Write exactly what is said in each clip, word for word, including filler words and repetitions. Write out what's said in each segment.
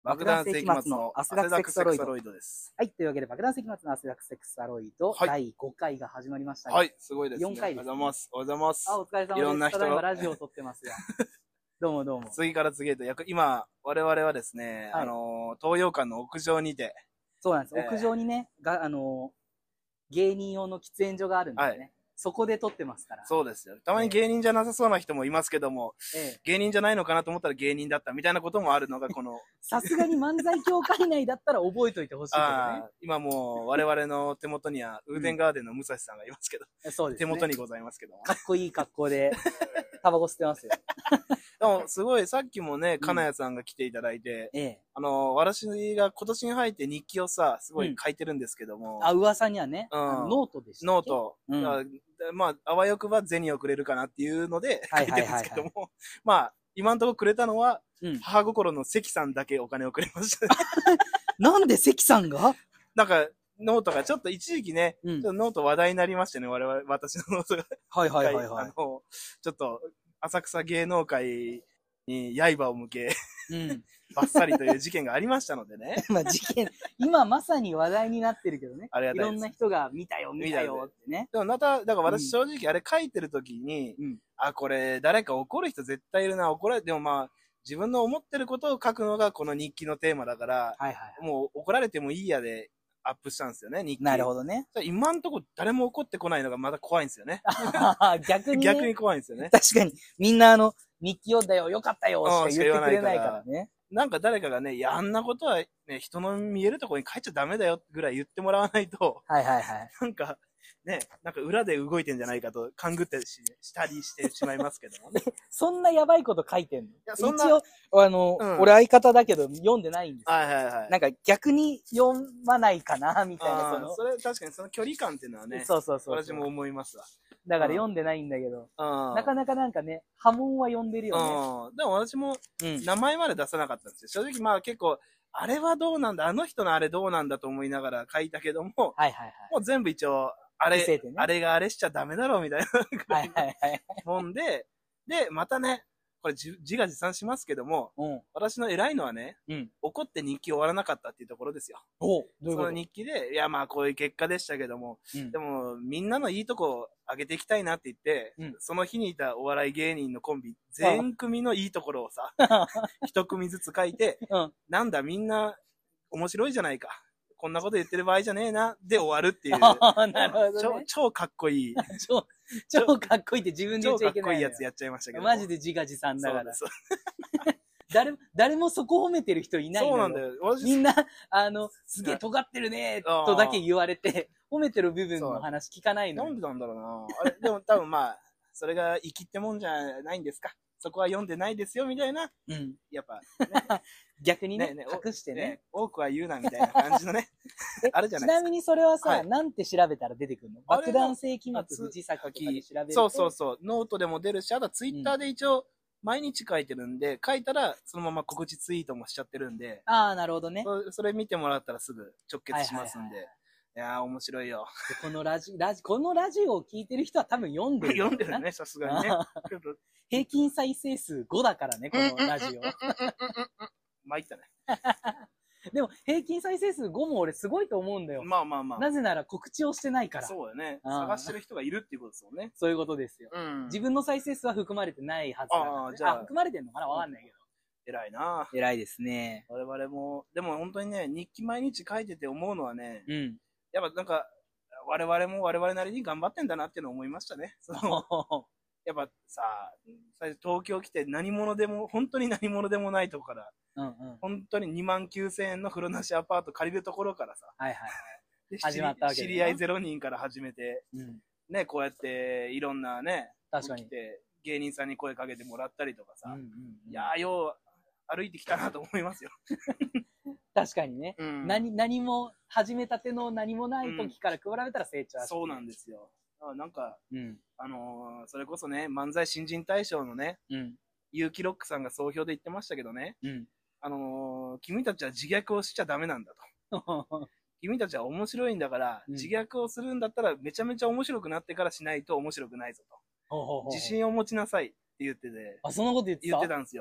爆弾世紀末の汗だくセクサロイドです。 はい。というわけで、爆弾世紀末の汗だくセクサロイド、はい、だいごかいが始まりましたね。 はい。すごいですね。 よんかいです、ね。 おはようございます。おはようございます。 あ、お疲れ様です。 いろんな人ただいまラジオを撮ってますが。どうもどうも。 次から次へと、今、我々はですね、はい、あの、東洋館の屋上にて。 そうなんです。えー、屋上にね、が、あの、芸人用の喫煙所があるんですね。はい、そこで撮ってますから。 そうですよ。たまに芸人じゃなさそうな人もいますけども、ええ、芸人じゃないのかなと思ったら芸人だったみたいなこともあるのがこの。 さすがに漫才協会内だったら覚えといてほしいけどね。 今もう我々の手元にはウーデンガーデンの武蔵さんがいますけど、うん、そうですね、手元にございますけども。 かっこいい格好でタバコ吸ってますよ。 でもすごい、さっきもね、金谷さんが来ていただいて、うん、ええ、あの、私が今年に入って日記をさ、すごい書いてるんですけども。うん、 あ、噂にはね、うん、ノートでしたっけ？ ノート。うん、まあ、あわよくば銭をくれるかなっていうので書いてるんですけども、まあ、今のところくれたのは、うん、母心の関さんだけお金をくれました。 なんで関さんが？ なんか、ノートがちょっと一時期ね、うん、ちょっとノート話題になりましてね、我々、私のノートが。 はいはいはいはい。 あの、ちょっと、浅草芸能界に刃を向け、うん、バッサリという事件がありましたのでね。 まあ事件、今まさに話題になってるけどね。ありがたいです。いろんな人が見たよ、見たよってね。 でもまた、だから私正直あれ書いてる時に、うん、あ、これ誰か怒る人絶対いるな、怒られて、でもまあ、自分の思ってることを書くのがこの日記のテーマだから、はいはいはい、もう怒られてもいいやでアップしたんですよね、日記。 なるほどね。 今んとこ誰も怒ってこないのがまだ怖いんですよね。 逆に、ね、 逆に怖いんですよね。 確かに。みんなあの、日記読んだよ、よかったよ、しか言ってくれないからね。 なんか誰かがね、いや、あんなことはね、人の見えるところに書いちゃダメだよぐらい言ってもらわないと、はいはいはい。なんか、ね、なんか裏で動いてんじゃないかと勘ぐってししたりしてしまいますけどもね。 そんなやばいこと書いてんの？いや、そんな。一応、あの、うん、俺相方だけど読んでないんですよ。はいはいはい。なんか逆に読まないかな、みたいな。 そのそれ確かにその距離感っていうのはね、 そうそうそう。 私も思いますわ。 だから読んでないんだけど、なかなかなんかね、波紋は読んでるよね。でも私も名前まで出さなかったんですよ。正直まあ結構、あれはどうなんだ、あの人のあれどうなんだと思いながら書いたけども、はいはいはい、もう全部一応、あれ、ね、あれがあれしちゃダメだろうみたいなはいはいはいもんで、で、またね、これ自画自賛しますけども、うん、私の偉いのはね、うん、怒って日記終わらなかったっていうところですよ。おどういうこと？その日記で、いやまあこういう結果でしたけども、うん、でもみんなのいいとこを上げていきたいなって言って、うん、その日にいたお笑い芸人のコンビ、全組のいいところをさ、一組ずつ書いて、うん、なんだみんな面白いじゃないか。こんなこと言ってる場合じゃねえな、で終わるっていう。なるほど、ね超。超かっこいい超。超かっこいいって自分で言っちゃいけない。 超かっこいいやつやっちゃいましたけど。 マジで自画自賛だから。誰、誰もそこ褒めてる人いないのよ。そうなんだよ。みんな、あの、すげえ尖ってるねとだけ言われて、褒めてる部分の話聞かないの。 なんでなんだろうな。あれ、でも多分まあ、それが生きってもんじゃないんですか。そこは読んでないですよ、みたいな。うん。やっぱ、ね、 逆にね、ね隠してね、ね。 多くは言うな、みたいな感じのね。あるじゃないですか。 ちなみにそれはさ、はい、なんて調べたら出てくるの？爆弾世紀末藤崎とかで調べると。 そうそうそう。ノートでも出るし、あとはツイッターで一応、毎日書いてるんで、書いたらそのまま告知ツイートもしちゃってるんで。 ああ、なるほどねそ。それ見てもらったらすぐ直結しますんで。はいはいはいいやー、面白いよ。 このラジ、ラジ、このラジオを聞いてる人は多分読んでる。 読んでるね、さすがにね。 平均再生数ごだからね、このラジオ。 参ったね。 でも、平均再生数ごも俺すごいと思うんだよ。 まあまあまあ。 なぜなら告知をしてないから。 そうだね。探してる人がいるっていうことですもんね。 そういうことですよ。うん、自分の再生数は含まれてないはずだから、ね。ああ、じゃあ。あ、含まれてんのかなわかんないけど。 偉いな偉いですね。 我々も、でも本当にね、日記毎日書いてて思うのはね、うん、やっぱなんか、我々も我々なりに頑張ってんだなっていうのを思いましたね。そのやっぱさ、東京来て何者でも、本当に何者でもないとこから、うんうん、本当ににまんきゅうせんえんの風呂なしアパート借りるところからさ、はいはいで始まったわけ知り合いゼロにんから始めて、うん、ね、こうやっていろんなね、確かに芸人さんに声かけてもらったりとかさ、うんうんうん、いやーよう歩いてきたなと思いますよ。 確かにね、うん、何, 何も始めたての何もない時から比べたら成長、うん、 そうなんですよ。なんか、うん、あのー、それこそね漫才新人大賞のね、うん、結城ロックさんが総評で言ってましたけどね、うん、あのー、君たちは自虐をしちゃダメなんだと。君たちは面白いんだから、うん、自虐をするんだったらめちゃめちゃ面白くなってからしないと面白くないぞと。自信を持ちなさいって言ってて、 あ、そんなこと言ってた？ 言ってたんですよ。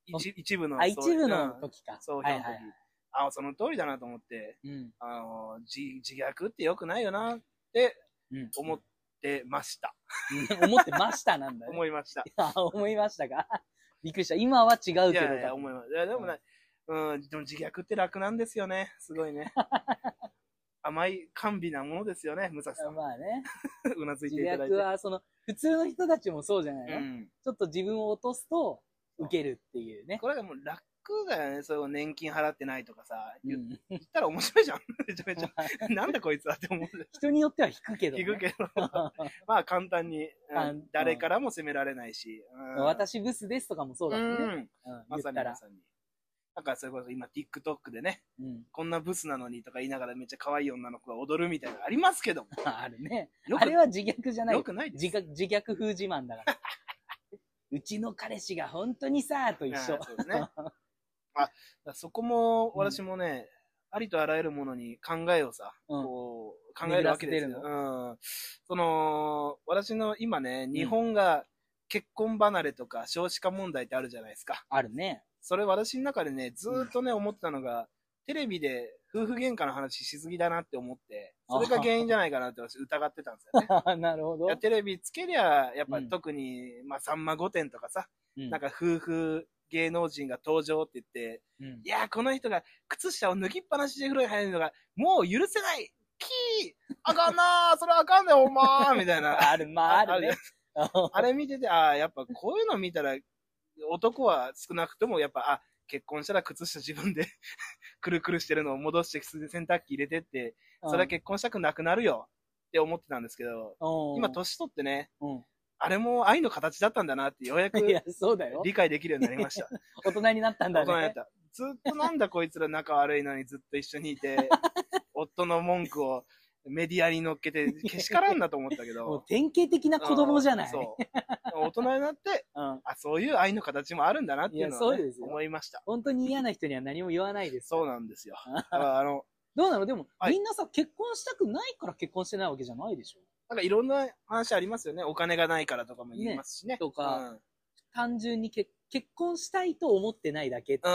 一一部の。 あ、一部の時か。 そう、はいはい。あ、その通りだなと思って、うん、あの、自、自虐って良くないよなって思ってました。 うん、思ってましたなんだね。 思いました。 思いましたか。びっくりした。今は違うけど。いやいや、思います。いや、でもね、うん、でも自虐って楽なんですよね。すごいね。甘い、甘美なものですよね、武蔵さん。 まあね。 うなずいていただいて。 自虐は、その、普通の人たちもそうじゃないの、うん、ちょっと自分を落とすと、受けるっていうね。 これがもう楽だよね、そう年金払ってないとかさ、言ったら面白いじゃん。めちゃめちゃ。なんだこいつはって思う。 人によっては引くけど、ね。 引くけど。まあ簡単に、誰からも責められないし。 私ブスですとかもそうだもんね。 まさにまさに。なんかそれこそ今 TikTok でね、うん、こんなブスなのにとか言いながらめっちゃ可愛い女の子が踊るみたいなのありますけども。 あるね。あれは自虐じゃない。 よくないです。 自虐、自虐風自慢だから。うちの彼氏が本当にさ、と一緒。そうですね。 あ、そこも私もね、うん、ありとあらゆるものに考えをさ、うん、こう考えるわけですよ。うん。その、私の今ね、日本が結婚離れとか少子化問題ってあるじゃないですか。 あるね。 それ私の中でね、ずーっとね、思ってたのが、テレビで夫婦喧嘩の話しすぎだなって思って、それが原因じゃないかなって私疑ってたんですよね。 なるほど。 テレビつけりゃ、やっぱ特に、うん、まあ、さんま御殿とかさ、うん、なんか夫婦芸能人が登場って言って、うん、いやー、この人が靴下を脱ぎっぱなしで風呂に入るのが、もう許せないキーあかんなーそれあかんねん、ほんまーみたいな。 ある、まあ、あるね。 あれ見てて、ああ、やっぱこういうの見たら、男は少なくともやっぱ、あ、結婚したら靴下自分でくるくるしてるのを戻して洗濯機入れてって、それは結婚したくなくなるよって思ってたんですけど、うん、今年取ってね、うん、あれも愛の形だったんだなってようやく理解できるようになりました。 大人になったんだね。 大人になった。ずっとなんだこいつら仲悪いのにずっと一緒にいて、夫の文句をメディアに乗っけてけしからんなと思ったけど。 もう典型的な子供じゃない。 そう。大人になって、うん、あ、そういう愛の形もあるんだなっていうのは、ね、思いました。 本当に嫌な人には何も言わないです。 そうなんですよ。だからあのどうなのでも、はい、みんなさ、結婚したくないから結婚してないわけじゃないでしょ。 なんかいろんな話ありますよね。お金がないからとかも言いますしね。ねとか、うん、単純にけ結婚したいと思ってないだけっていう。うん。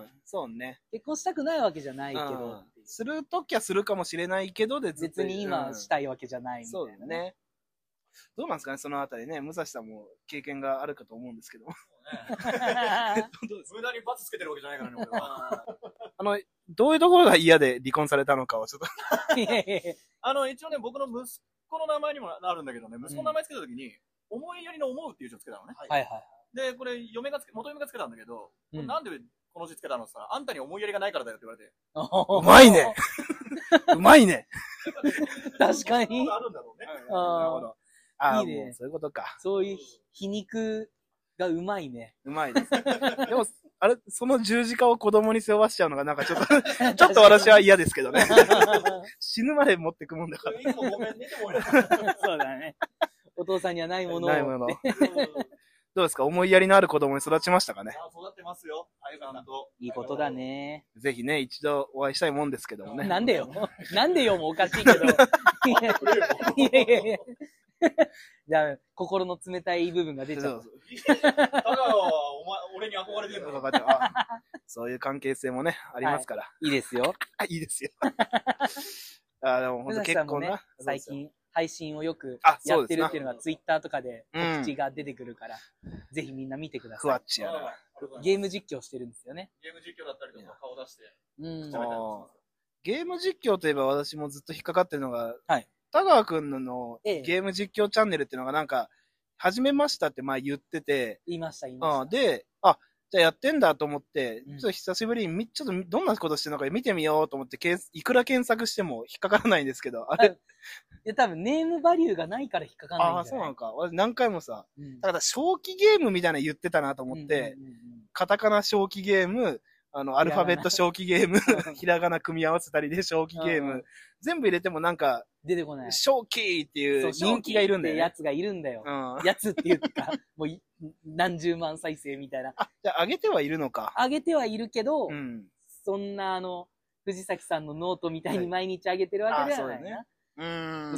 そうね。 結婚したくないわけじゃないけど。うん、 するときはするかもしれないけどで、 別に今したいわけじゃないみたいな、ね。 そうね。どうなんですかね、そのあたりね。武蔵さんも経験があるかと思うんですけど。 無駄に罰つけてるわけじゃないからね、俺は。 あの、どういうところが嫌で離婚されたのかをちょっと。 あの、一応ね、僕の息子の名前にもなるんだけどね、息子の名前つけたときに、うん、思いやりの思うっていう字をつけたのね。 はいはい。 で、これ、嫁がつけ、元嫁がつけたんだけど、うん、なんでこの字つけたのってさ、あんたに思いやりがないからだよって言われて。 うまいねうまいね確かに。 あるんだろうね。 なるほど。ああ、いいね。そういうことか。 そういう皮肉がうまいね。 うまいです。でも、あれ、その十字架を子供に背負わしちゃうのがなんかちょっと、ちょっと私は嫌ですけどね。死ぬまで持ってくもんだから。 いつもごめんねって思いながら。そうだね。お父さんにはないものを。 ないもの。どうですか、思いやりのある子供に育ちましたかね。 あ、育ってますよ。あゆさんと。 いいことだね。 ぜひね、一度お会いしたいもんですけどもね。 なんでよ。なんでよもおかしいけど。いやいやいや。じゃあ、心の冷たい部分が出ちゃう。 ただは、お前、俺に憧れてるのか。そういう関係性もね、ありますから。 いいですよ。 いいですよ。あ、でも本当結構な。 最近。配信をよくやってるっていうのがツイッターとかで告知が出てくるから、うん、ぜひみんな見てください。 ふわっちやな。 ゲーム実況してるんですよね。 ゲーム実況だったりとか顔出して。 うん。ゲーム実況といえば私もずっと引っかかってるのが、はい、田川くんのゲーム実況チャンネルっていうのがなんか、始めましたって前言ってて。 言いました、言いました。 で、あ、じゃあやってんだと思って、うん、ちょっと久しぶりに、ちょっとどんなことしてるのか見てみようと思って、いくら検索しても引っかからないんですけど、あれいや、多分ネームバリューがないから引っかかんないんじゃない？ ああ、そうなのか。私何回もさ、うん、だから正気ゲームみたいなの言ってたなと思って、うんうんうんうん、カタカナ正気ゲーム、あの、アルファベット正気ゲーム、ひらがな組み合わせたりで正気ゲーム、全部入れてもなんか、 出てこない。 正気っていう人気がいるんだよね。 やつがいるんだよ。うん、やつっていうか、もう何十万再生みたいな。 あ、じゃあ上げてはいるのか。 上げてはいるけど、うん、そんなあの、藤崎さんのノートみたいに毎日上げてるわけではないな。はい、うん。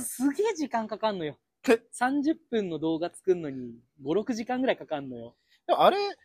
すげえ時間かかんのよ。さんじゅっぷんの動画作るのにご、ろくじかんぐらいかかんのよ。 でもあれ、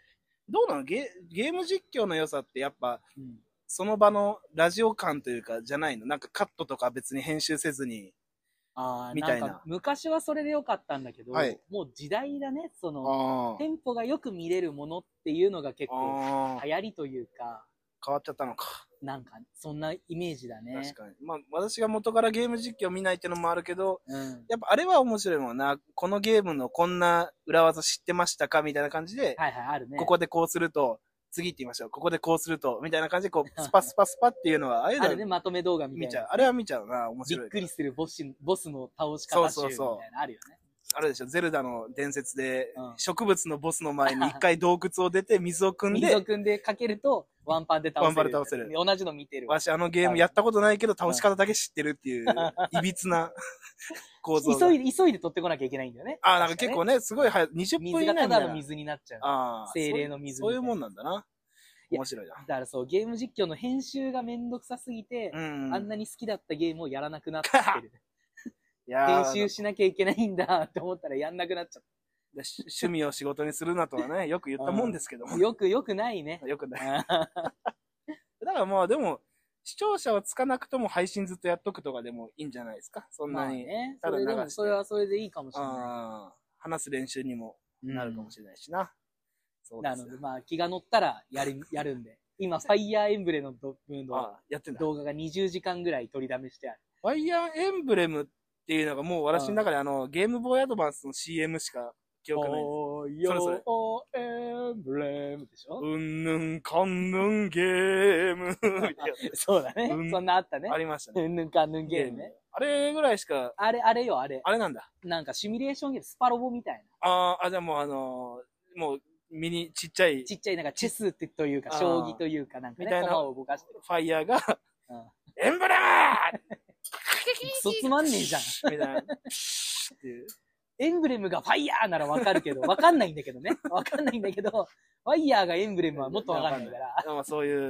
どうなの？ゲ、ゲーム実況の良さってやっぱ、うん、その場のラジオ感というかじゃないの？なんかカットとか別に編集せずに。 ああ、みたいな。なんか昔はそれでよかったんだけど、はい、もう時代だね。その、テンポがよく見れるものっていうのが結構流行りというか。 変わっちゃったのか。 なんか、そんなイメージだね。 確かに。まあ、私が元からゲーム実況見ないっていうのもあるけど、うん、やっぱあれは面白いもんな。このゲームのこんな裏技知ってましたかみたいな感じで、 はいはい、あるね。 ここでこうすると、次行ってみましょう。ここでこうすると、みたいな感じで、こう、スパスパスパっていうのは、ああいうのあれね、まとめ動画みたいな。 見ちゃう。あれは見ちゃうな、面白い。 びっくりするボス、ボスの倒し方集みたいなのあるよね。 あれでしょ、ゼルダの伝説で、うん、植物のボスの前に一回洞窟を出て水を汲んで、 水を汲んでかけると、ワンパンで倒せる。 ワンパンで倒せる。 同じの見てる。 わし、あのゲームやったことないけど、倒し方だけ知ってるっていう、いびつな構造。 急いで、急いで取ってこなきゃいけないんだよね。 ああ、なんか結構ね、すごい早い、にじゅっぷん以内みたいな。 水がただの水になっちゃう。ああ。精霊の水そういうもんなんだな。面白いな。 だからそう、ゲーム実況の編集がめんどくさすぎて、うんうん、あんなに好きだったゲームをやらなくなってる。いや編集しなきゃいけないんだって思ったらやんなくなっちゃった。 趣味を仕事にするなとはね、よく言ったもんですけども。 よく、よくないね。 よくない。だからまあでも、視聴者はつかなくとも配信ずっとやっとくとかでもいいんじゃないですか。そんなに。 ね。ただ流してそれはそれでいいかもしれない。 話す練習にもなるかもしれないしな。うん、 そうです。なのでまあ気が乗ったらやる、やるんで。今、ファイヤーエンブレムの動画がにじゅうじかんぐらい取りだめしてある。 ファイヤーエンブレムっていうのがもう私の中であの、ゲームボーイアドバンスの シーエム しか記憶ないです。 ファイヤーエンブレムでしょ？ うんぬんかんぬんゲーム。 そうだね、うん。そんなあったね。 ありましたね。 うんぬんかんぬんゲームね。 あれぐらいしか。 あれ、あれよ、あれ。 あれなんだ。 なんかシミュレーションゲーム、スパロボみたいな。ああ、じゃあもうあのー、もう、ミニ、ちっちゃい。 ちっちゃい、なんかチェスってというか、将棋というか、なんかね、 みたいな駒を動かしてる。 ファイヤーが、うん、エンブレムクソつまんねえじゃん。みたいな。エンブレムがファイヤーならわかるけど、わかんないんだけどね。わかんないんだけど、ファイヤーがエンブレムはもっとわかんないから。 まあそういう、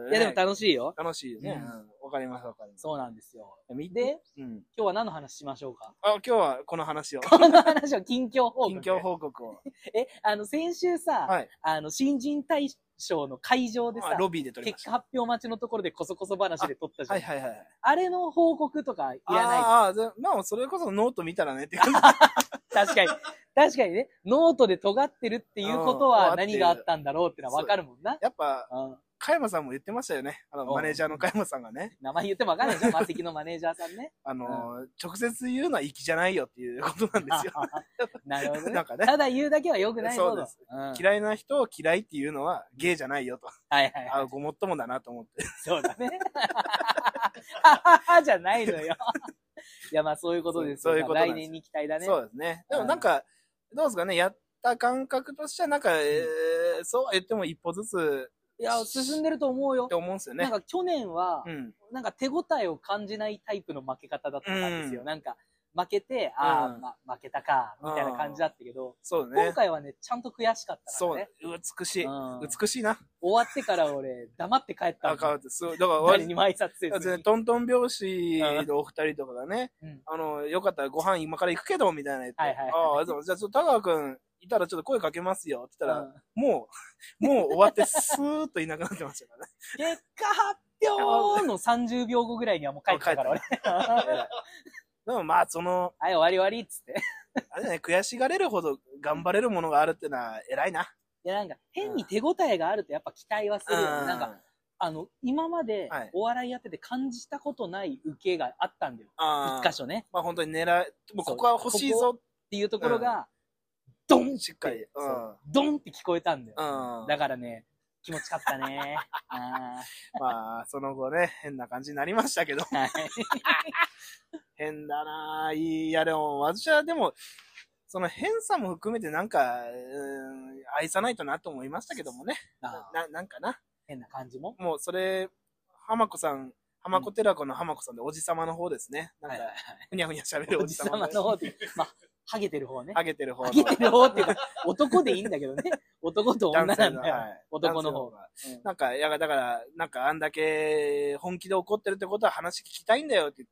ね。いやでも楽しいよ。 楽しいよね。わ、うん、かりますわかります。 そうなんですよ。で、うん、今日は何の話しましょうか？ あ、今日はこの話を。 この話を、近況報告。 近況報告を。 え、あの、先週さ、はい、あの、新人大賞の会場でさ、 ロビーで撮りました。 結果発表待ちのところでこそこそ話で撮ったじゃん。 はいはいはい。 あれの報告とかいらない？ ああ、まあ、それこそノート見たらねって感じ。 確かに。確かにね、ノートで尖ってるっていうことは何があったんだろうってのはわかるもんな。 やっぱ、加山さんも言ってましたよね。あの、マネージャーの加山さんがね。 名前言ってもわかんないでしょ、マセキのマネージャーさんね。 あの、うん、直接言うのは粋じゃないよっていうことなんですよ。 なるほどね。なんかね。ただ言うだけは良くないぞと。 そうです、うん。嫌いな人を嫌いっていうのはゲイじゃないよと。 はいはい、はい。 あ、ごもっともだなと思って。 そうだね。はははじゃないのよ。いや、まあそういうことです。 そういうこと来年に期待だね。 そうですね。でもなんか、どうですかね、やった感覚としてはなんか、えー、そう言っても一歩ずつ、 いや、進んでると思うよ。 って思うんですよね。 なんか去年は、うん、なんか手応えを感じないタイプの負け方だったんですよ。うん、なんか、負けて、ああ、うんま、負けたか、みたいな感じだったけど、 そうね。 今回はね、ちゃんと悔しかったからね。 そう、美しい。うん、美しいな。 終わってから俺、黙って帰ったんだ。 あ、そう、だから、 誰にも挨拶せずに。 トントン拍子のお二人とかがね、うん、あの、よかったらご飯今から行くけど、みたいな言って、はいはいはい、ああ、じゃあちょっと田川くん、いたらちょっと声かけますよって言ったら、うん、もう、もう終わってスーッといなくなってましたからね。 結果発表のさんじゅうびょうごぐらいにはもう帰ってたから俺。 でもまあ、その、 はい、終わり終わりっつって。 あれね、悔しがれるほど頑張れるものがあるってのは偉いな。 いや、なんか、変に手応えがあるとやっぱ期待はするよね。うん、なんか、あの、今までお笑いやってて感じたことない受けがあったんだよ。はい、一箇所ね。 まあ本当に狙い、もうここは欲しいぞっていうところが、ドンしっかり、 うん、ドンって聞こえたんだよ。うん、だからね、気持ちかったね。あまあ、その後ね、変な感じになりましたけど。はい、変だなぁ。いや、でも、私はでも、その変さも含めてなんか、うん、愛さないとなと思いましたけどもね。な、なんかな。 変な感じももう、それ、浜子さん、浜子寺子の浜子さんでおじさまの方ですね。なんか、ふにゃふにゃ喋るおじさまの方で。まあハゲてる方ね。 ハゲてる方。 ハゲてる方っていうか、男でいいんだけどね。男と女なんだよ。はい、男の方が。 うん、なんか、いや、だから、なんかあんだけ本気で怒ってるってことは話聞きたいんだよって言って、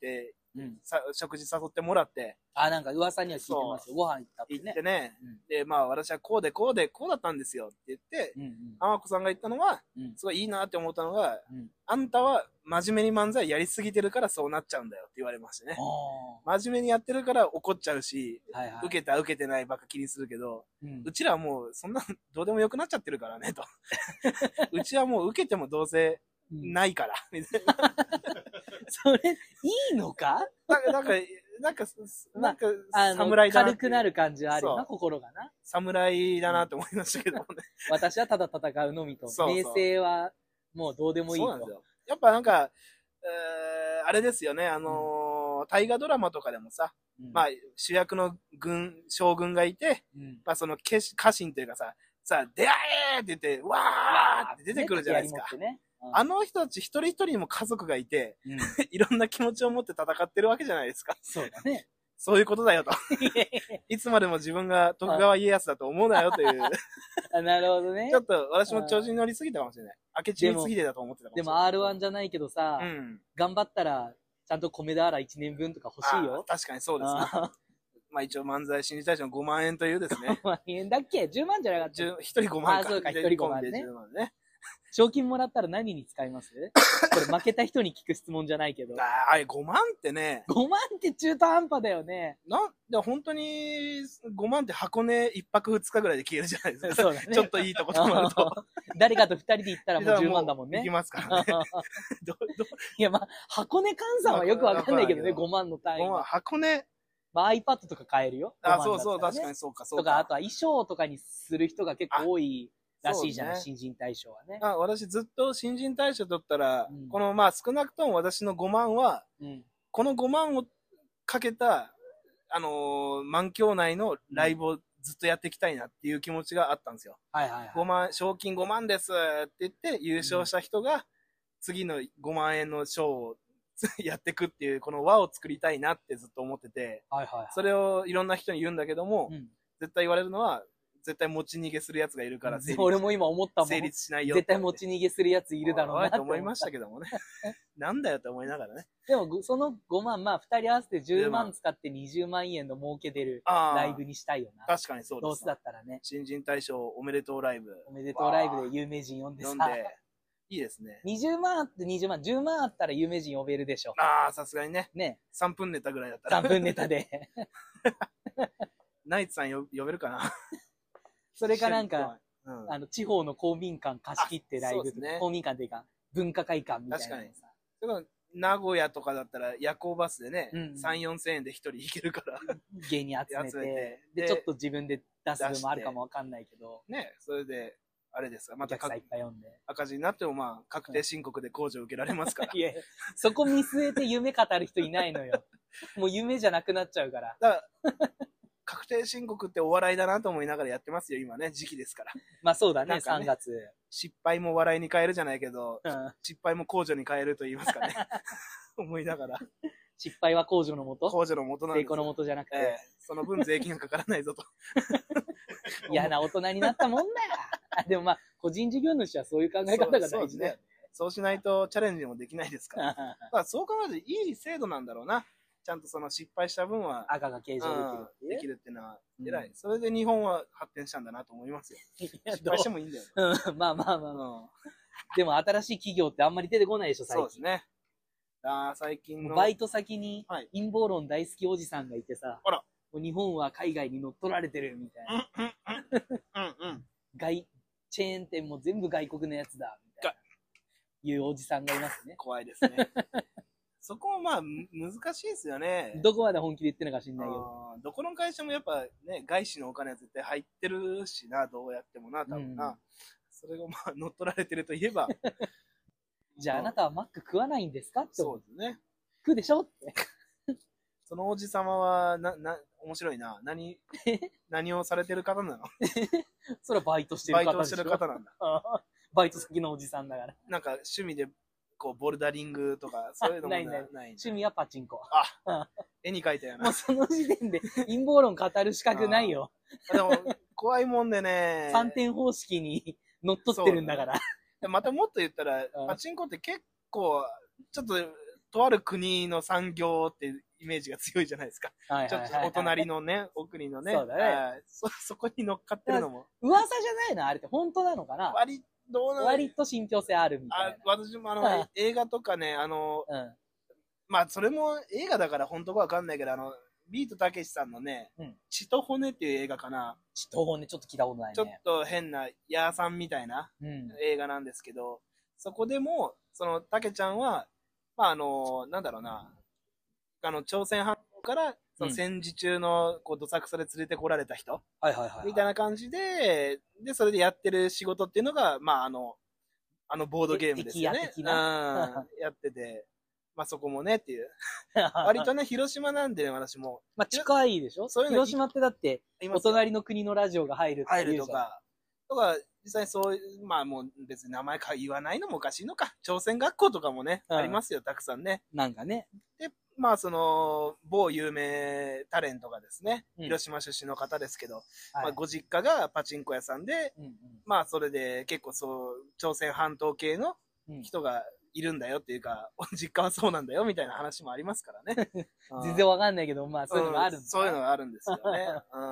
うん、さ食事誘ってもらって。 あ、なんか噂には聞いてますよ。ご飯行ったってね。行ってね。うん、で、まあ私はこうでこうでこうだったんですよって言って、うんうん、天子さんが言ったのは、うん、すごいいいなって思ったのが、うん、あんたは真面目に漫才やりすぎてるからそうなっちゃうんだよって言われましてね。真面目にやってるから怒っちゃうし、はいはい、受けた受けてないばっか気にするけど、うん、うちらはもうそんなどうでもよくなっちゃってるからねと。うちはもう受けてもどうせないから、みたいな。 それ、いいのかなんか、なんか、なんか、なんか、 侍だな。軽くなる感じはあるな、心がな。 侍だなって思いましたけどもね。 私はただ戦うのみと。名声はもうどうでもいいと。そうなんですよ。 やっぱなんか、えー、あれですよね、あのー、大河ドラマとかでもさ、うん、まあ、主役の軍、将軍がいて、うん、まあその家臣というかさ、さ、出会えって言って、わーって出てくるじゃないですか。ね、あの人たち一人一人にも家族がいて、うん、いろんな気持ちを持って戦ってるわけじゃないですか。 そうだね。 そういうことだよと。いつまでも自分が徳川家康だと思うなよという。 なるほどね。 ちょっと私も調子に乗りすぎたかもしれない。明智光秀だと思ってたかもしれない。 でも アールワン じゃないけどさ、うん、頑張ったらちゃんと米俵いちねんぶんとか欲しいよ。 確かにそうですね。まあ一応漫才新人大賞のごまんえんというですね。 ごまんえんだっけ ?じゅう 万じゃなかった一人ごまんか。 あ、そうか、一人ごまんね。賞金もらったら何に使いますこれ負けた人に聞く質問じゃないけど。 ああ、ごまんってね。 ごまんって中途半端だよね。 なんで本当にごまんって箱根一泊二日ぐらいで消えるじゃないですか。そうだね。ちょっといいとこ泊まると。 誰かと二人で行ったらもうじゅうまんだもんね。 行きますからね。 どどいやまあ、箱根換算はよくわかんないけどね、ごまんの単位。 箱根。 まあ iPad とか買えるよ。 あ、そうそう、確かにそうか、そうか。 とか、あとは衣装とかにする人が結構多い。らしいじゃない、ね、新人大賞はね。 あ、私ずっと新人大賞取ったら、うん、このまあ少なくとも私のごまんは、うん、このごまんをかけた、あのー、満響内のライブをずっとやっていきたいなっていう気持ちがあったんですよ。はいはいはい。ごまん、賞金ごまんですって言って優勝した人が、次のごまんえんの賞をやっていくっていう、この輪を作りたいなってずっと思ってて、はいはいはい、それをいろんな人に言うんだけども、うん、絶対言われるのは、絶対持ち逃げするやつがいるから成立、 俺も今思ったもん。 成立しないよ。 絶対持ち逃げするやついるだろうなって思いましたけどもね。なんだよって思いながらね。 でも、そのごまん、まあ、二人合わせてじゅうまん使ってにじゅうまんえんの儲け出るライブにしたいよな。 確かにそうです。 どうせだったらね。 新人大賞おめでとうライブ。 おめでとうライブで有名人呼んでさ。呼んで。 いいですね。 にじゅうまんあってにじゅうまん、じゅうまんあったら有名人呼べるでしょ。 ああ、さすがにね。ね。さんぷんネタぐらいだったら。 さんぷんネタで。 ナイツさん呼べるかな。 それかなんか、うん、あの、地方の公民館貸し切ってライブ、ね、公民館っていうか、文化会館みたいな。確かに。名古屋とかだったら夜行バスでね、うん、さん、よんせんえんで一人行けるから。 芸人集めて、めてで、ちょっと自分で出す分もあるかもわかんないけど。 ね、それで、あれですか、 またいっぱい読んで赤字になってもまあ、確定申告で控除受けられますから。 いや、そこ見据えて夢語る人いないのよ。もう夢じゃなくなっちゃうから。だから確定申告ってお笑いだなと思いながらやってますよ、今ね、時期ですから。 まあそうだね、ねさんがつ。 失敗も笑いに変えるじゃないけど、うん、失敗も控除に変えると言いますかね。思いながら。 失敗は控除のもと控除のもとなんです。 成功のもとじゃなくて、えー。その分税金がかからないぞと。 嫌な大人になったもんだよ。でもまあ、個人事業主はそういう考え方が大事だよね。 そうしないとチャレンジもできないですから。だからそう考えるといい制度なんだろうな。ちゃんとその失敗した分は赤が計上できる、できるっていうのは偉い、うん。それで日本は発展したんだなと思いますよ。失敗してもいいんだよ。 うん、まあまあまあまあ。うん、でも新しい企業ってあんまり出てこないでしょ、最近。 そうですね。あ最近の。 バイト先に陰謀論大好きおじさんがいてさ、はい、もう日本は海外に乗っ取られてるみたいな。うんうん。外、チェーン店も全部外国のやつだ、みたいな。いうおじさんがいますね。 怖いですね。そこもまあ難しいですよね。 どこまで本気で言ってるのか知んないけど。 どこの会社もやっぱね、外資のお金は絶対入ってるしな、どうやってもな、多分な。うん、それがまあ乗っ取られてるといえば。 じゃああなたはマック食わないんですかって。 そうですね。 食うでしょって。 そのおじさまは、な、な、面白いな。何、何をされてる方なのそれはバイトしてる方でしょ。 バイトしてる方なんだ。 バイト先のおじさんだから。 なんか趣味で、こう、ボルダリングとか、そういうのもない。ないない趣味はパチンコ。 あ、絵に描いたよな。 もうその時点で陰謀論語る資格ないよ。 でも、怖いもんでね。 さんてん方式に乗っ取ってるんだから。 ね、またもっと言ったら、パチンコって結構、ちょっと、とある国の産業ってイメージが強いじゃないですか。 はいちょっとお隣のね、奥にのね、 そうだねそ、そこに乗っかってるのも。 噂じゃないのあれって本当なのかな割、どうなの割と信憑性あるみたいな。 あ私もあの、映画とかね、あの、うん、まあ、それも映画だから本当かわかんないけど、あの、ビートたけしさんのね、うん、血と骨っていう映画かな。 血と骨ちょっと聞いたことないね。 ちょっと変な、ヤーさんみたいな映画なんですけど、うん、そこでも、その、たけちゃんは、まあ、あの、なんだろうな、あの、朝鮮半島から、その戦時中の、こう、どさくさで連れてこられた人、 はいはいはい。 みたいな感じで、で、それでやってる仕事っていうのが、まあ、あの、あの、ボードゲームですよね。うん。やってて、まあそこもねっていう。割とね、広島なんでね、私も。 まあ近いでしょそういうの広島ってだって、お隣の国のラジオが入るっていう入るとか。とか、実際そういう、まあもう別に名前か言わないのもおかしいのか。朝鮮学校とかもね、うん、ありますよ、たくさんね。 なんかね。 で、まあその、某有名タレントがですね、うん、広島出身の方ですけど、はい、まあご実家がパチンコ屋さんで、うんうん、まあそれで結構そう、朝鮮半島系の人が、いるんだよっていうか、実家はそうなんだよみたいな話もありますからね。 全然わかんないけど、まあそういうのがあるんだ、 うん、そういうのがあるんですよね。うん。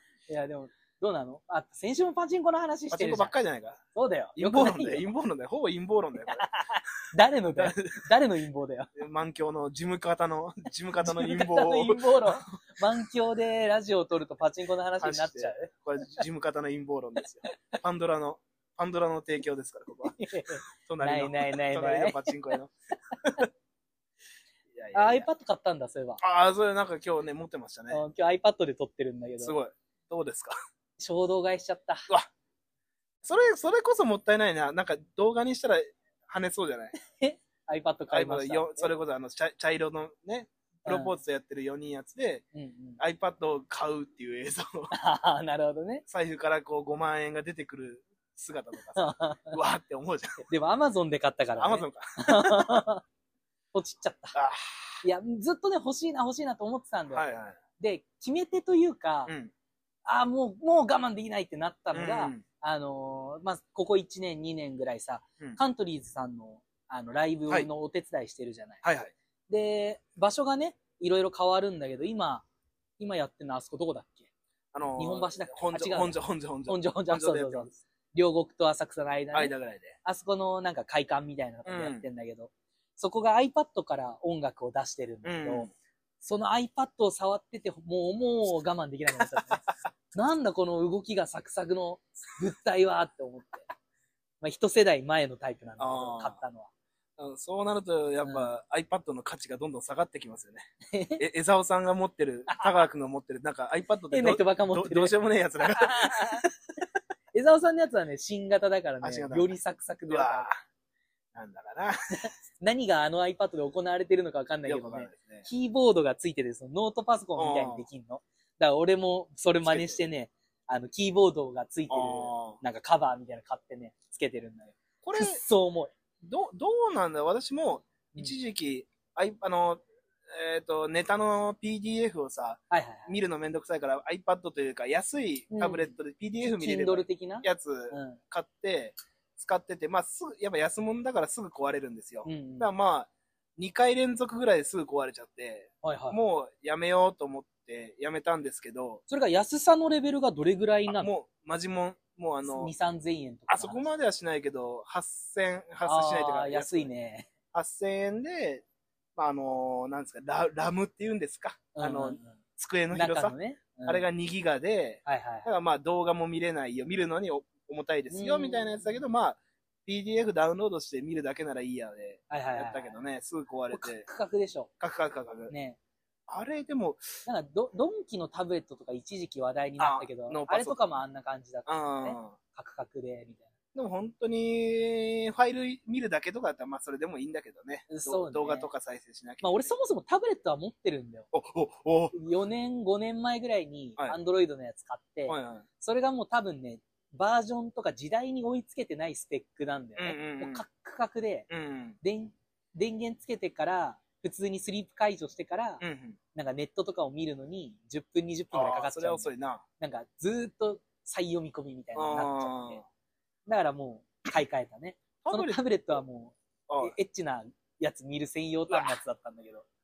いや、でも、どうなのあ、先週もパチンコの話してるじゃん。 パチンコばっかりじゃないか。 そうだよ。 陰謀論だよ、陰謀論だよ。ほぼ陰謀論だよ。 誰のだよ。誰の陰謀だよ。 満響の事務方の、事務方の陰謀を。 陰謀論。満響でラジオを撮るとパチンコの話になっちゃう。 これ、事務方の陰謀論ですよ。パンドラの。パンドラの提供ですから、ここは。 隣の、ないないない隣のパチンコ屋の。 いやいやいや iPad 買ったんだ、そういえば。 ああ、それなんか今日ね、持ってましたね。 今日 iPad で撮ってるんだけど。 すごい。どうですか衝動買いしちゃった。 うわ。それ、それこそもったいないな。なんか動画にしたら跳ねそうじゃないえ ?iPad 買いました。 それこそあの茶、茶色のね、プロポーズやってるよにんやつで、うんうん、iPad を買うっていう映像。 ああ、なるほどね。 財布からこうごまん円が出てくる姿とかさ、うわーって思うじゃん。 でも Amazon で買ったからね。 Amazon か。 落ちちゃった。いや、ずっとね、欲しいな欲しいなと思ってたんだよ。はいはい、で、決め手というか、うん、ああ、もう、もう我慢できないってなったのが、うん、あのー、まあ、ここいちねん、にねんぐらいさ、うん、カントリーズさんの、あの、ライブのお手伝いしてるじゃない。はいはいはい。で、場所がね、いろいろ変わるんだけど、今、今やってるのあそこどこだっけあのー、日本橋だっけ本所、本所、本所、 本所。本所、本所、そうそうそう。両国と浅草の間ね。 間ぐらいで。 あそこのなんか会館みたいなのやってんだけど、うん、そこが iPad から音楽を出してるんだけど、うん、その iPad を触ってて、もう、もう我慢できなくなっちゃったね。なんだこの動きがサクサクの物体はって思って。まあ一世代前のタイプなんだけど、買ったのは。 そうなると、やっぱ、うん、iPad の価値がどんどん下がってきますよね。え、江沢さんが持ってる、田川くんが持ってる、なんか iPad でど, ど, どうしようもねえやつだから。 江沢さんのやつはね、新型だからね、よりサクサクで。 なんだかな。 何があの iPad で行われてるのかわかんないけどね、ねキーボードがついてる、そのノートパソコンみたいにできんの。だから俺もそれ真似してね、あの、キーボードがついてる、なんかカバーみたいなの買ってね、つけてるんだよ。これ、くっそ重い。 ど、どうなんだ私も、一時期、うん、あの、えっ、ー、と、ネタの ピーディーエフ をさ、はいはいはい、見るのめんどくさいから iPad というか安いタブレットで ピーディーエフ 見れるやつ買って使ってて、まあすぐ、やっぱ安物だからすぐ壊れるんですよ。うんうん、だからまあ、にかい連続ぐらいですぐ壊れちゃって、はいはい、もうやめようと思ってやめたんですけど。 それが安さのレベルがどれぐらいなの？ もう、マジもん。もうあの、 に、さんぜんえんとか。 あそこまではしないけど、はっせん、はっせんしないというか。 安いね。 はっせんえんで、まあ、あのー、なんですか、ラ、ラムって言うんですか、うんうんうん、あの、机の広さ。ねうん、あれがにギガで、はいはいはい、だからまあ動画も見れないよ、見るのに重たいですよ、みたいなやつだけど、まあ、ピーディーエフ ダウンロードして見るだけならいいやで、やったけどね、はいはいはい、すぐ壊れて。 カクカクでしょ。 カクカクカクカク。ね。あれでも、 なんかド、ドンキのタブレットとか一時期話題になったけど、あ, あれとかもあんな感じだったよね。カクカクで、みたいな。 でも本当に、ファイル見るだけとかだったら、まあそれでもいいんだけどね。そうね。動画とか再生しなきゃ。 まあ俺そもそもタブレットは持ってるんだよ。 お、お、お。 よねん、ごねんまえぐらいに、アンドロイドのやつ買って、はいはいはい、それがもう多分ね、バージョンとか時代に追いつけてないスペックなんだよね。うんうんうん、もうカックカクで、うんうん、電、電源つけてから、普通にスリープ解除してから、うんうん、なんかネットとかを見るのにじゅっぷん、にじゅっぷんくらいかかっちゃう。それは遅いな。なんかずーっと再読み込みみたいなのになっちゃって。だからもう買い替えたね。そのタブレットはもう、エッチなやつ見る専用端末だったんだけど。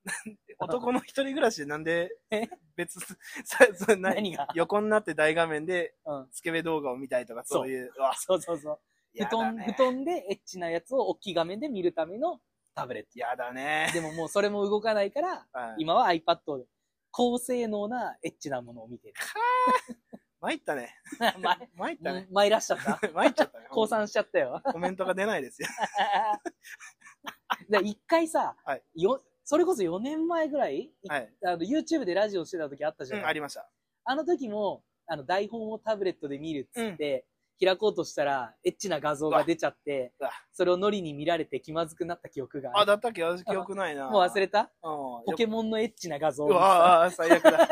男の一人暮らしでなんで別、 何が横になって大画面でスケベ動画を見たいとか、そういう。 そうそうそう。布団、布団でエッチなやつを大きい画面で見るためのタブレット。 やだね。 でももうそれも動かないから、今は iPad で高性能なエッチなものを見てる。 参ったね。参ったね。 参らしちゃった参っちゃったね。 降参しちゃったよ。 コメントが出ないですよ。 で一回さ、 はい、 よ、それこそよねんまえぐらい、はい、あの YouTube でラジオしてた時あったじゃん。 うん、ありました。 あの時も、あの台本をタブレットで見るっつって、うん、開こうとしたら、エッチな画像が出ちゃって、それをノリに見られて気まずくなった記憶がある。 あ、だったっけ？私記憶ないな。 もう忘れた？ポケモンのエッチな画像を見てた。 ああ、最悪だ。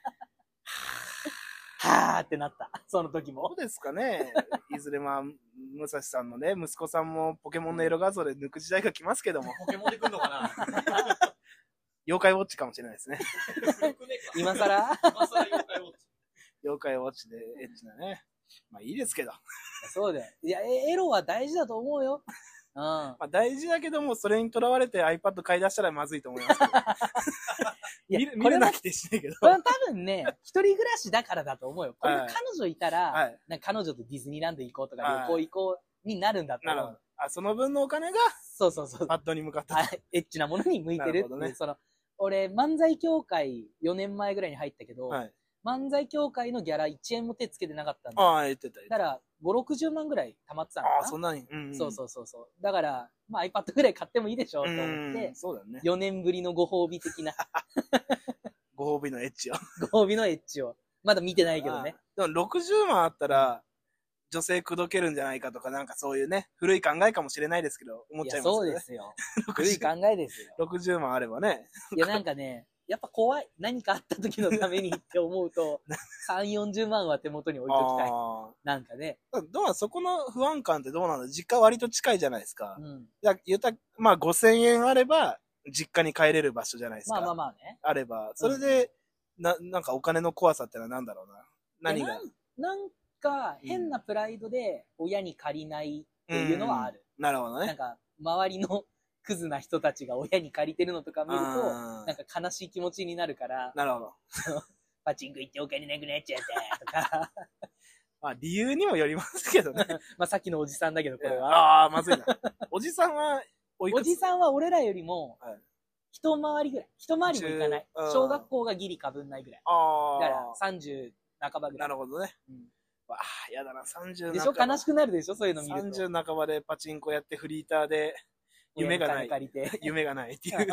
はーってなった。その時も。 そうですかね。いずれまあ、武蔵さんのね、息子さんもポケモンのエロ画像で抜く時代が来ますけども。 ポケモンで来るのかな妖怪ウォッチかもしれないですね。 今更今更妖怪ウォッチ。 妖怪ウォッチでエッチなね。まあいいですけど。 そうだよ。いや、エロは大事だと思うよ。うん。 まあ大事だけども、それにとらわれて iPad 買い出したらまずいと思いますけど。いや、見る、見るなきてしないけど。 これは多分ね、一人暮らしだからだと思うよ。これが彼女いたら、はい、なんか彼女とディズニーランド行こうとか、旅行行こうになるんだと思う。なるほど。 あ、その分のお金が、 そうそうそう。 パッドに向かった。 エッチなものに向いてるっていう、ね、その、俺、漫才協会よねんまえぐらいに入ったけど、はい、漫才協会のギャラいちえんも手つけてなかったんだ。 ああ、言ってた。 だから、ご、ろくじゅうまんぐらい貯まってたのかな。 ああ、そんなに、うんうん、 そうそうそうそう。だから、まあ iPad ぐらい買ってもいいでしょうと思って、 そうだね。 よねんぶりのご褒美的な。 ご褒美のエッチを。 ご褒美のエッチを。まだ見てないけどね。 でもろくじゅうまんあったら、女性口説けるんじゃないかとか、なんかそういうね、古い考えかもしれないですけど、思っちゃいますね。 そうですよ。古い考えですよ。 ろくじゅうまんあればね。 いや、なんかね、やっぱ怖い。何かあった時のためにって思うと、さん、よんじゅうまんは手元に置いときたい。なんかね。 どうなんそこの不安感ってどうなの？実家割と近いじゃないですか。うん。言ったまあごせんえんあれば、実家に帰れる場所じゃないですか。 まあまあまあね。 あれば。それで、うん、な、なんかお金の怖さってのは何だろうな。何が。 な、なんか、変なプライドで親に借りないっていうのはある。 うん、なるほどね。 なんか、周りのクズな人たちが親に借りてるのとか見ると、なんか悲しい気持ちになるから。 なるほど。 パチンコ行ってお金なくなっちゃったとか。 まあ理由にもよりますけどね。 まあさっきのおじさんだけど、これは。 ああ、まずいな。おじさんはおいくつ？ おじさんは俺らよりも、一回りぐらい。一回りもいかない。小学校がギリかぶんないぐらい。ああ。だからさんじゅうなかばぐらい。 なるほどね。うんわあ、やだな、さんじゅうでしょ悲しくなるでしょそういうの見ると。 さんじゅうなかばでパチンコやってフリーターで、夢がない。 借りて夢がないっていう。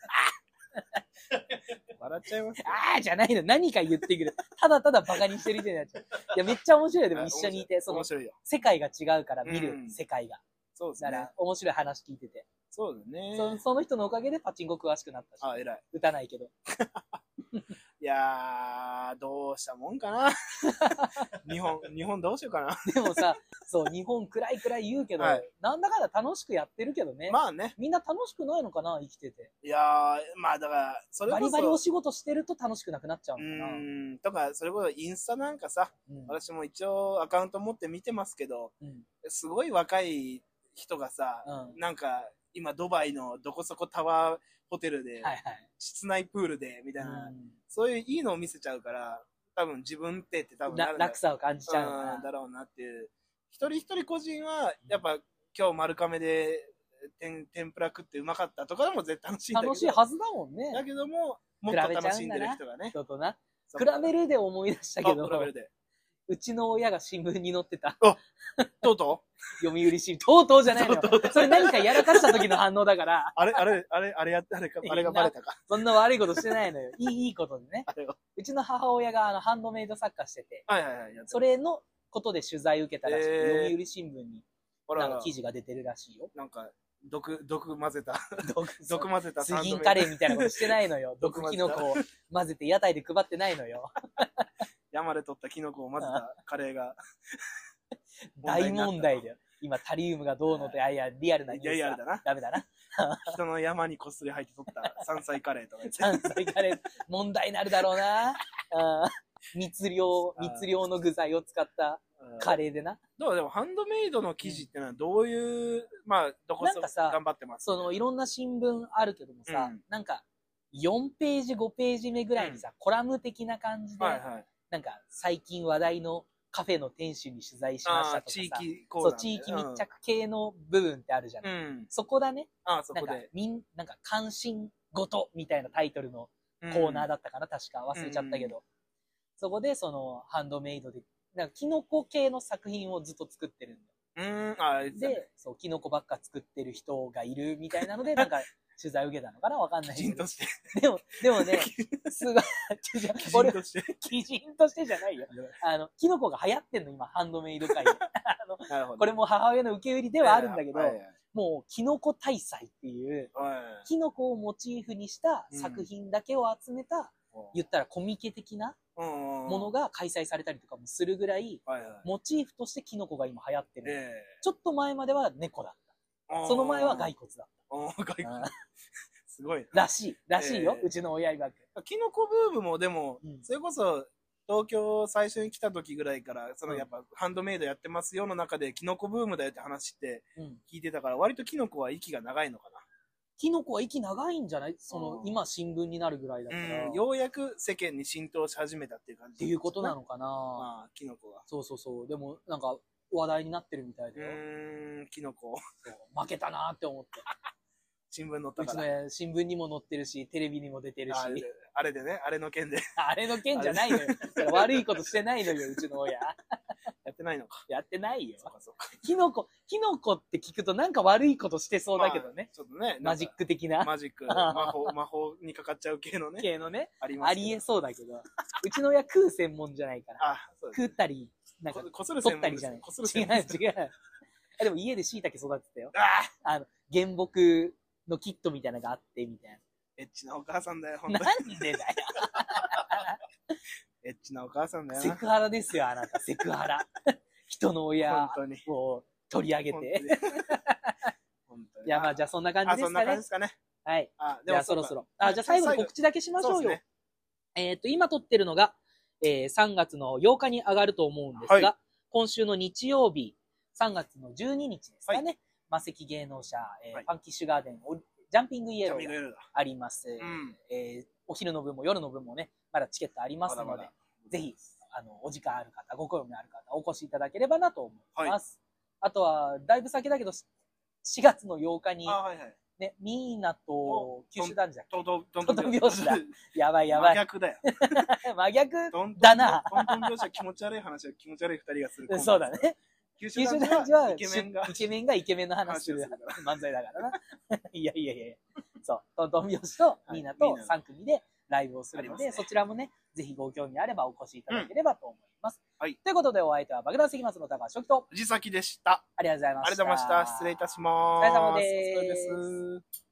笑っちゃいますよ。 ああじゃないの。何か言ってくる。ただただバカにしてるみたいになっちゃう。いや、めっちゃ面白い。でも一緒にいて、その、世界が違うから見る世界が。 そうですね。 だから、面白い話聞いてて。 そうだねそ。その人のおかげでパチンコ詳しくなったし。 あ、偉い。 打たないけど。 いやー、どうしたもんかな。日本、日本どうしようかな。 でもさ、そう、日本暗い暗い言うけど、はい、なんだかんだ楽しくやってるけどね。 まあね。 みんな楽しくないのかな、生きてて。 いやー、まあだから、それこそ。 バリバリお仕事してると楽しくなくなっちゃうのかな。 うん。とか、それこそインスタなんかさ、うん、私も一応アカウント持って見てますけど、うん、すごい若い人がさ、うん、なんか、今ドバイのどこそこタワーホテルで、はいはい、室内プールで、みたいな、うん、そういういいのを見せちゃうから、多分自分ってって多分なる落差を感じちゃうのかな。 だろうなっていう。一人一人個人は、やっぱ今日丸亀で天天ぷら食ってうまかったとかでも絶対楽しいんだけど。 楽しいはずだもんね。 だけども、もっと楽しんでる人がね。 人とな。比べるで思い出したけど。比べるで。うちの親が新聞に載ってた。 あ、とうとう読売新聞。とうとうじゃないのよ。それ何かやらかした時の反応だから。 あれ、あれ、あれ、あれやって、あれか、あれがバレたか。 そんな悪いことしてないのよ。いい、いいことでね。うちの母親があの、ハンドメイド作家してて。 はいはいはい。 それのことで取材受けたらしく、えー、読売新聞に、なんか記事が出てるらしいよ。 なんか、毒、毒混ぜた。毒、毒混ぜた。 スギンカレーみたいなことしてないのよ。毒キノコを混ぜて屋台で配ってないのよ。 山で取ったキノコを混ぜたカレーが大問題だよ。今タリウムがどうのって、あいや、リアルなニュース。 いやいやだな。 ダメだな。 人の山にこっそり入って取った山菜カレーとか言って。 山菜カレー、問題になるだろうな。密漁、密漁の具材を使ったカレーでな。 どうでもハンドメイドの生地ってのはどういう、まあ、どこそ頑張ってます、 そのいろんな新聞あるけどもさ、うん、なんか、 よんページ、ごページ目ぐらいにさ、うん、コラム的な感じで、はいはい、なんか最近話題のカフェの店主に取材しましたとかさ、 地域そう、地域密着系の部分ってあるじゃない。うん、そこだね。 ああ、そこで。 なんか、みん、なんか関心ごとみたいなタイトルのコーナーだったかな、うん、確か忘れちゃったけど。うん、そこでそのハンドメイドで、なんかキノコ系の作品をずっと作ってるんだよ。 うん、ああ、 で、そう、キノコばっか作ってる人がいるみたいなので、なんか、取材受けたのかなわかんないけど。 基人として。 でも、でもね、すごい、 俺、基人として。 基人としてじゃないよ。あの、キノコが流行ってんの、今、ハンドメイド界で。あのなるほどこれも母親の受け売りではあるんだけど、もう、キノコ大祭っていう、キノコをモチーフにした作品だけを集めた、うん、言ったらコミケ的なものが開催されたりとかもするぐらい、モチーフとしてキノコが今流行ってる。えー、ちょっと前までは猫だった。その前は骸骨だった。 外国すごいらしいらしいよ、えー、うちの親曰く。 キノコブームもでも、うん、それこそ東京最初に来た時ぐらいからそのやっぱ、うん、ハンドメイドやってますよの中でキノコブームだよって話って聞いてたから、うん、割とキノコは息が長いのかな。 キノコは息長いんじゃない？その今新聞になるぐらいだから、 うん、ようやく世間に浸透し始めたっていう感じ、 っていうことなのかな。 まあキノコはそうそうそう。でもなんか話題になってるみたいだよ。 うーん、キノコそう負けたなって思って。 新聞載ったから。 うちの新聞にも載ってるし、テレビにも出てるし。 あれで、あれでね、あれの件で。 あれの件じゃないのよ。悪いことしてないのよ、うちの親。 やってないのか。 やってないよ。 そうかそうか。 キノコ、キノコって聞くとなんか悪いことしてそうだけどね。 まあ、ちょっとね。 マジック的な。 マジック。魔法、魔法にかかっちゃう系のね。 系のね。 あります。 ありえそうだけど。うちの親食う専門じゃないから。 あ、そうです、 ね。食ったり、なんか、 こする専門。 取ったりじゃない。 こする専門。 違う違う。でも家で椎茸育てたよ。 ああの、原木のキットみたいなのがあって、みたいな。 エッチなお母さんだよ、ほんとに。 なんでだよ。 エッチなお母さんだよな。 セクハラですよ、あなた。セクハラ。人の親を取り上げて。 本当に。 いや、まあ、じゃあそんな感じですかね。 そんな感じですかね。 はい。じゃあそろそろ。あ、じゃあ最後に告知だけしましょうよ。ね、えっと、今撮ってるのが、えー、さんがつのようかに上がると思うんですが、はい、今週の日曜日、さんがつのじゅうににちですかね。はい、魔石芸能者、えーはい、ファンキッシュガーデン、ジャンピングイエローがあります。うん、えー、お昼の分も夜の分もね、まだチケットありますので、まだまだぜひ、あの、お時間ある方、ご興味ある方、お越しいただければなと思います。はい、あとは、だいぶ先だけど、しがつのようかに、はいはい、ね、ミーナと九州男児だっけ？ トントン、 トントン拍子だ。やばいやばい。 真逆だよ。 真逆だな。 トントン拍子は気持ち悪い話は気持ち悪い二人がする。 そうだね。九州男児はイケメンが、イケメンがイケメンの話する漫才だからな。いやいやいやそう。トントン拍子とミーナとさん組でライブをするので、そちらもね、ぜひご興味あればお越しいただければと思います。はい。ということでお相手は爆弾関松の高橋と藤崎でした。 ありがとうございました。 ありがとうございました。失礼いたします。 お疲れ様です。 お疲れ様です。